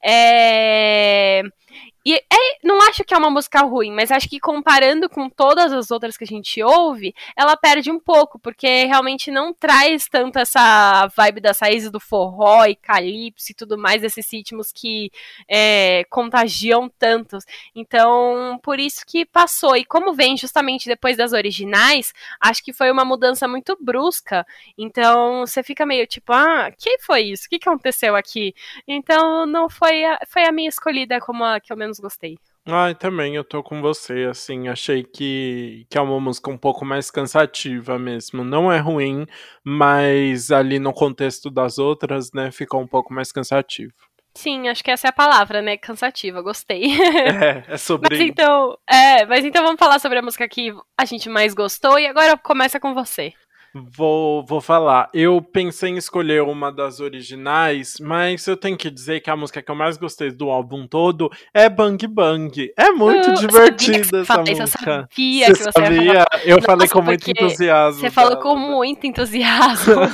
É... E é, não acho que é uma música ruim, mas acho que comparando com todas as outras que a gente ouve, ela perde um pouco, porque realmente não traz tanto essa vibe das raízes do forró e calypso e tudo mais, esses ritmos que é, contagiam tantos. Então, por isso que passou. E como vem justamente depois das originais, acho que foi uma mudança muito brusca. Então, você fica meio tipo, ah, que foi isso? O que aconteceu aqui? Então, não foi a, foi a minha escolhida como a que eu menos gostei. Ai, também eu tô com você, assim, achei que, que é uma música um pouco mais cansativa mesmo. Não é ruim, mas ali no contexto das outras, né, ficou um pouco mais cansativo. Sim, acho que essa é a palavra, né? Cansativa, gostei. É, é Mas sobre isso. então, é, mas então vamos falar sobre a música que a gente mais gostou e agora começa com você. Vou, vou falar. Eu pensei em escolher uma das originais, mas eu tenho que dizer que a música que eu mais gostei do álbum todo é Bang Bang. É muito Uh, sabia que você divertida ia essa falar isso, eu música. sabia Você que você ia falar. sabia? Eu falei Nossa, com muito porque você entusiasmo falou com dela, né? muito entusiasmo.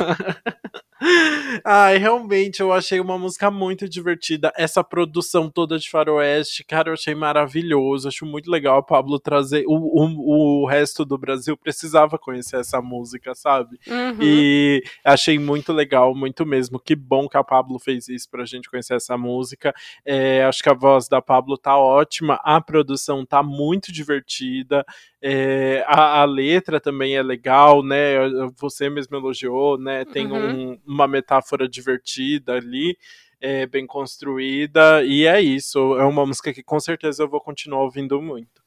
Ai, realmente, eu achei uma música muito divertida. Essa produção toda de faroeste, cara, eu achei maravilhoso. Acho muito legal a Pablo trazer. O, o, o resto do Brasil precisava conhecer essa música, sabe? Uhum. E achei muito legal, muito mesmo. Que bom que a Pablo fez isso pra gente conhecer essa música. É, acho que a voz da Pablo tá ótima, a produção tá muito divertida. É, a, a letra também é legal, né? Você mesmo elogiou, né? Tem Uhum. um, uma metáfora divertida ali, é, bem construída, e é isso. É uma música que com certeza eu vou continuar ouvindo muito.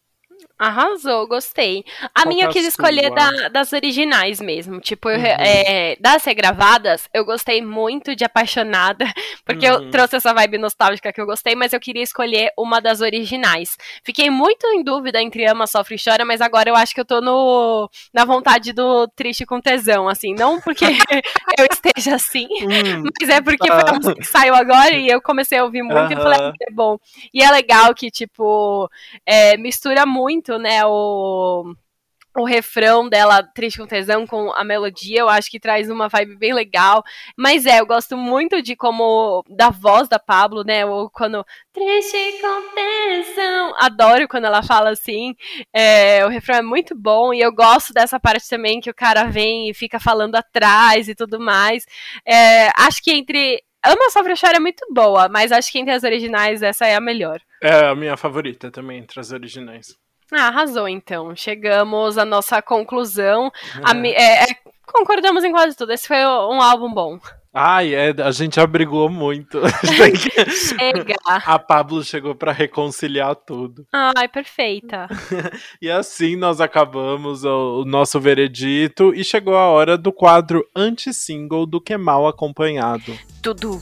Arrasou, gostei. A Qual que minha é eu a quis escolher sua? da- das originais mesmo. Tipo, eu re- Uhum, é, das regravadas, eu gostei muito de Apaixonada, porque eu uhum. trouxe essa vibe nostálgica que eu gostei, mas eu queria escolher uma das originais. Fiquei muito em dúvida entre Ama, Sofre e Chora, mas agora eu acho que eu tô no, na vontade do Triste com Tesão, assim. Não porque eu esteja assim, Hum, mas é porque foi a tá. música que saiu agora e eu comecei a ouvir muito e falei, ah, Aham. é bom. E é legal que, tipo, é, mistura muito, né, o, o refrão dela, Triste com Tesão, com a melodia, eu acho que traz uma vibe bem legal. Mas é, eu gosto muito de como, da voz da Pablo, né, ou quando, Triste com Tesão, adoro quando ela fala assim, é, o refrão é muito bom, e eu gosto dessa parte também que o cara vem e fica falando atrás e tudo mais. É, acho que entre Ama, Sofre e Chora é muito boa, mas acho que entre as originais essa é a melhor. É a minha favorita também, entre as originais. Ah, arrasou, então. Chegamos à nossa conclusão. A mi- é, é, concordamos em quase tudo. Esse foi um álbum bom. Ai, é, a gente já brigou muito. Chega! A Pablo chegou pra reconciliar tudo. Ai, perfeita. E assim nós acabamos o, o nosso veredito e chegou a hora do quadro anti-single do Que Mal Acompanhado. Tudo.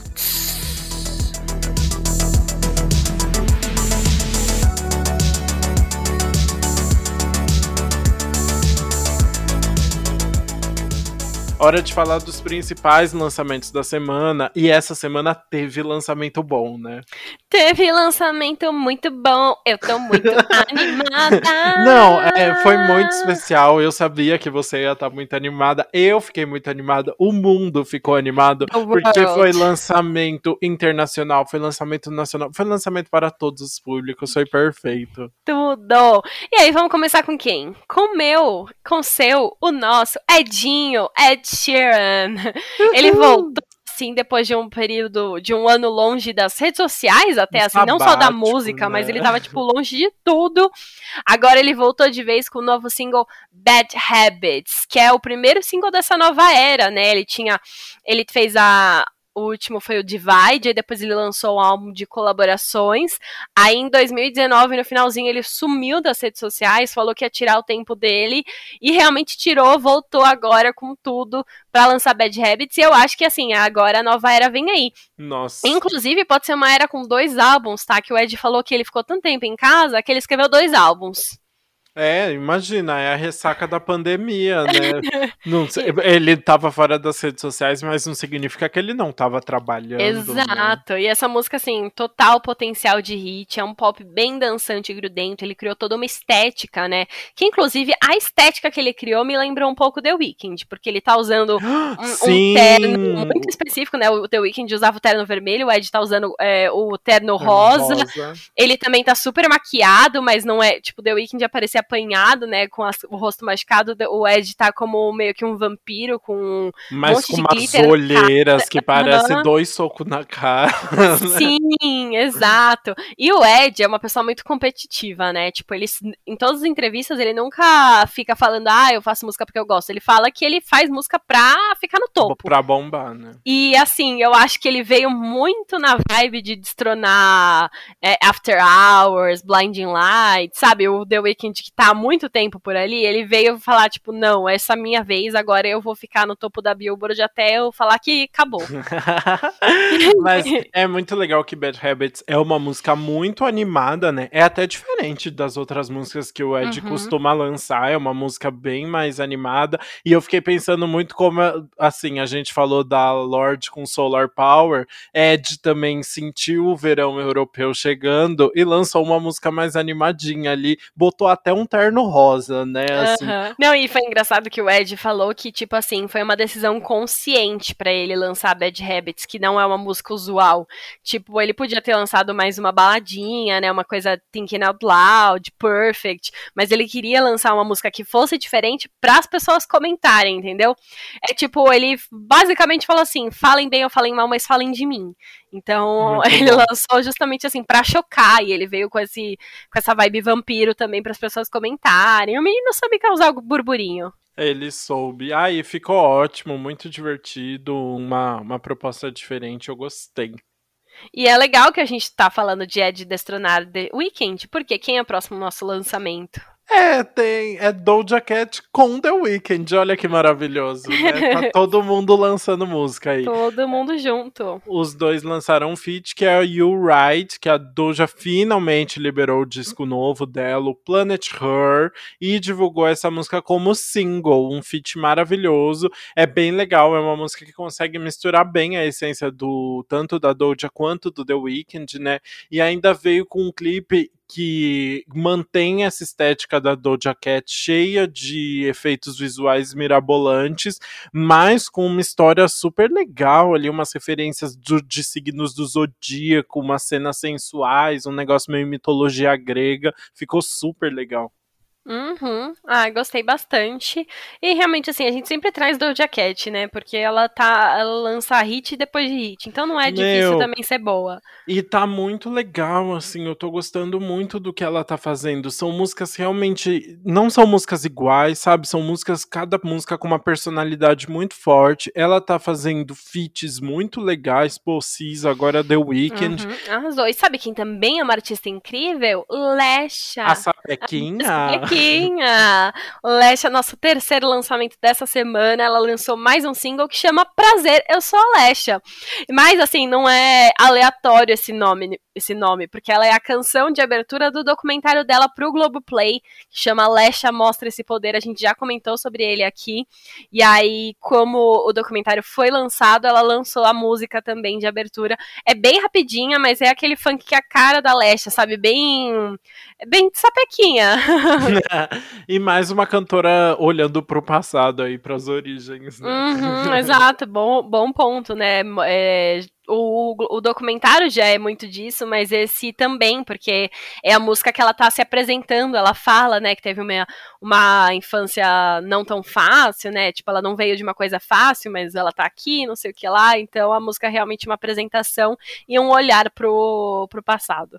Hora de falar dos principais lançamentos da semana. E essa semana teve lançamento bom, né? Teve lançamento muito bom. Eu tô muito animada. Não, é, foi muito especial. Eu sabia que você ia estar muito animada. Eu fiquei muito animada. O mundo ficou animado. The Porque foi World. lançamento internacional, foi lançamento nacional, foi lançamento para todos os públicos. Foi perfeito. Tudo. E aí, vamos começar com quem? Com o meu, com o seu, o nosso, Edinho, Ed Sheeran. Ele voltou, assim, depois de um período, de um ano longe das redes sociais, até, Um assim, não só da sabático, música, mas né? ele tava, tipo, longe de tudo. Agora ele voltou de vez com o novo single Bad Habits, que é o primeiro single dessa nova era, né? Ele tinha, ele fez a o último foi o Divide, aí depois ele lançou um álbum de colaborações. Aí em dois mil e dezenove, no finalzinho, ele sumiu das redes sociais, falou que ia tirar o tempo dele, e realmente tirou, voltou agora com tudo pra lançar Bad Habits, e eu acho que assim, agora a nova era vem aí. Nossa. Inclusive, pode ser uma era com dois álbuns, tá? Que o Ed falou que ele ficou tanto tempo em casa que ele escreveu dois álbuns. É, imagina, é a ressaca da pandemia, né? Não, ele tava fora das redes sociais, mas não significa que ele não tava trabalhando. Exato, né? E essa música, assim, total potencial de hit, é um pop bem dançante e grudento, ele criou toda uma estética, né? Que, inclusive, a estética que ele criou me lembrou um pouco The Weeknd, porque ele tá usando um, um terno muito específico, né? O The Weeknd usava o terno vermelho, o Ed tá usando é, o terno rosa. rosa, ele também tá super maquiado, mas não é, tipo, The Weeknd aparecia apanhado, né, com as, o rosto machucado, o Ed tá como meio que um vampiro, com Mas um monte com de umas glitter, olheiras que parecem uhum. dois socos na cara. Sim, exato. E o Ed é uma pessoa muito competitiva, né, tipo, ele, em todas as entrevistas, ele nunca fica falando, ah, eu faço música porque eu gosto, ele fala que ele faz música pra ficar no topo. Pra bombar, né. E, assim, eu acho que ele veio muito na vibe de destronar é, After Hours, Blinding Lights, sabe, o The Weeknd que tá há muito tempo por ali, ele veio falar, tipo, não, essa é a minha vez, agora eu vou ficar no topo da Billboard até eu falar que acabou. Mas é muito legal que Bad Habits é uma música muito animada, né? É até diferente das outras músicas que o Ed uhum. costuma lançar, é uma música bem mais animada, e eu fiquei pensando muito como, assim, a gente falou da Lorde com Solar Power, Ed também sentiu o verão europeu chegando e lançou uma música mais animadinha ali, botou até um terno rosa, né, assim. Uhum. Não, e foi engraçado que o Ed falou que, tipo assim, foi uma decisão consciente pra ele lançar Bad Habits, que não é uma música usual. Tipo, ele podia ter lançado mais uma baladinha, né, uma coisa Thinking Out Loud, Perfect, mas ele queria lançar uma música que fosse diferente pras pessoas comentarem, entendeu? É tipo, ele basicamente falou assim, falem bem ou falem mal, mas falem de mim. Então, Muito ele bom. lançou justamente assim, pra chocar, e ele veio com, esse, com essa vibe vampiro também para as pessoas comentarem. O menino sabe causar burburinho. Ele soube. Ah, e ficou ótimo, muito divertido, uma, uma proposta diferente, eu gostei. E é legal que a gente tá falando de Ed destronar The Weeknd, porque quem é o próximo nosso lançamento? É, tem, é Doja Cat com The Weeknd, olha que maravilhoso, né? Tá todo mundo lançando música aí. Todo mundo junto. Os dois lançaram um feat, que é You Right, que a Doja finalmente liberou o disco novo dela, o Planet Her, e divulgou essa música como single, um feat maravilhoso, é bem legal, é uma música que consegue misturar bem a essência do tanto da Doja quanto do The Weeknd, né? E ainda veio com um clipe que mantém essa estética da Doja Cat cheia de efeitos visuais mirabolantes, mas com uma história super legal ali, umas referências do, de signos do zodíaco, umas cenas sensuais, um negócio meio mitologia grega, ficou super legal. Uhum. Ah, gostei bastante. E realmente, assim, a gente sempre traz Doja Cat, né? Porque ela tá. Ela lança hit depois de hit. Então não é difícil Meu, também ser boa. E tá muito legal, assim, eu tô gostando muito do que ela tá fazendo. São músicas realmente. Não são músicas iguais, sabe? São músicas, cada música com uma personalidade muito forte. Ela tá fazendo feats muito legais, pô, Cis, agora The Weeknd. Uhum. Arrasou. E sabe quem também é uma artista incrível? Lesha. A Sapequinha. A Sapequinha. Lesha, nosso terceiro lançamento dessa semana, ela lançou mais um single que chama Prazer, Eu Sou a Lesha. Mas, assim, não é aleatório esse nome, esse nome, porque ela é a canção de abertura do documentário dela pro Globoplay, que chama Lesha Mostra Esse Poder, a gente já comentou sobre ele aqui, e aí, como o documentário foi lançado, ela lançou a música também de abertura. É bem rapidinha, mas é aquele funk que é a cara da Lesha, sabe? Bem... bem sapequinha. E mais uma cantora olhando pro passado aí, pras origens, né? Uhum, exato, bom, bom ponto, né? É, o, o documentário já é muito disso, mas esse também, porque é a música que ela tá se apresentando, ela fala, né, que teve uma, uma infância não tão fácil, né? Tipo, ela não veio de uma coisa fácil, mas ela tá aqui, não sei o que lá, então a música é realmente uma apresentação e um olhar pro, pro passado.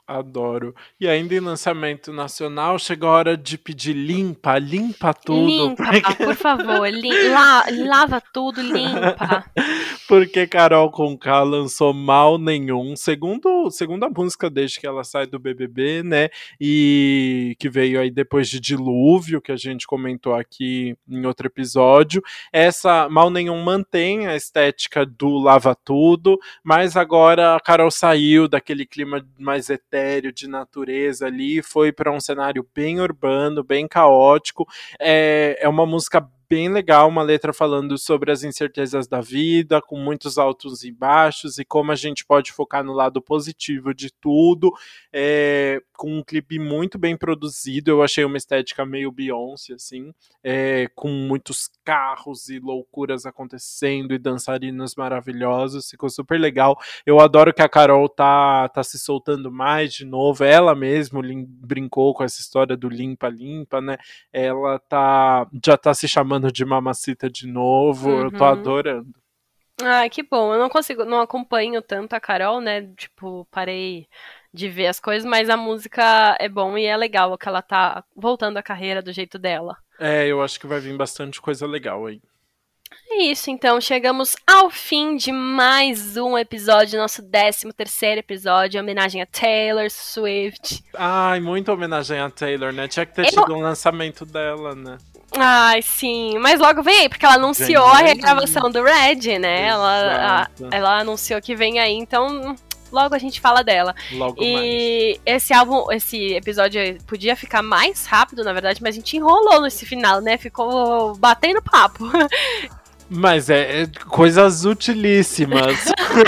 Adoro. E ainda em lançamento nacional, chegou a hora de pedir limpa, limpa tudo. Limpa, por favor, li la lava tudo, limpa. Porque Carol Conká lançou Mal Nenhum, segundo, segunda música desde que ela sai do B B B, né? E que veio aí depois de Dilúvio, que a gente comentou aqui em outro episódio. Essa Mal Nenhum mantém a estética do Lava Tudo, mas agora a Carol saiu daquele clima mais etéreo, de natureza ali, foi para um cenário bem urbano, bem caótico. É, é uma música bem legal, uma letra falando sobre as incertezas da vida, com muitos altos e baixos, e como a gente pode focar no lado positivo de tudo, é, com um clipe muito bem produzido. Eu achei uma estética meio Beyoncé, assim, é, com muitos carros e loucuras acontecendo e dançarinos maravilhosos, ficou super legal. Eu adoro que a Carol tá, tá se soltando mais de novo, ela mesmo lim, brincou com essa história do limpa-limpa, né? Ela tá, já tá se chamando de Mamacita de novo, uhum. Eu tô adorando. Ah, que bom. Eu não consigo, não acompanho tanto a Carol, né? Tipo, parei de ver as coisas, mas a música é bom e é legal que ela tá voltando à carreira do jeito dela. É, eu acho que vai vir bastante coisa legal aí. É isso, então, chegamos ao fim de mais um episódio, nosso décimo terceiro episódio, em homenagem a Taylor Swift. Ai, muita homenagem a Taylor, né? Tinha que ter eu... tido um lançamento dela, né? Ai, sim, mas logo vem aí, porque ela anunciou vem a regravação do Red, né? Ela, a, ela anunciou que vem aí, então logo a gente fala dela. Logo e mais. esse álbum, esse episódio podia ficar mais rápido, na verdade, mas a gente enrolou nesse final, né? Ficou batendo papo. Mas é, é coisas utilíssimas.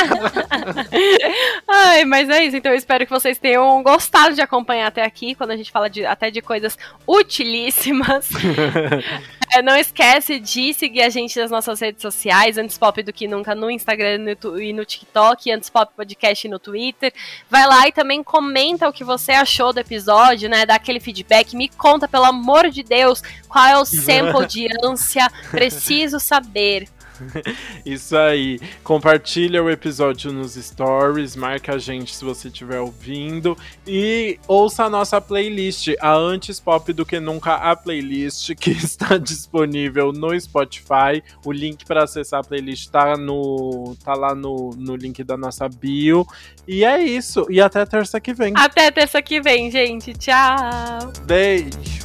Ai, mas é isso. Então eu espero que vocês tenham gostado de acompanhar até aqui, quando a gente fala de, até de coisas utilíssimas. É, não esquece de seguir a gente nas nossas redes sociais, Antes Pop do que Nunca no Instagram no, e no TikTok, Antes Pop Podcast no Twitter. Vai lá e também comenta o que você achou do episódio, né? Dá aquele feedback, me conta, pelo amor de Deus, qual é o sample de ânsia, preciso saber. Isso aí, compartilha o episódio nos stories, marca a gente se você estiver ouvindo e ouça a nossa playlist, a Antes Pop do que Nunca, a playlist que está disponível no Spotify. O link para acessar a playlist tá, no, tá lá no, no link da nossa bio. E é isso, e até terça que vem. Até terça que vem, gente, tchau! Beijo!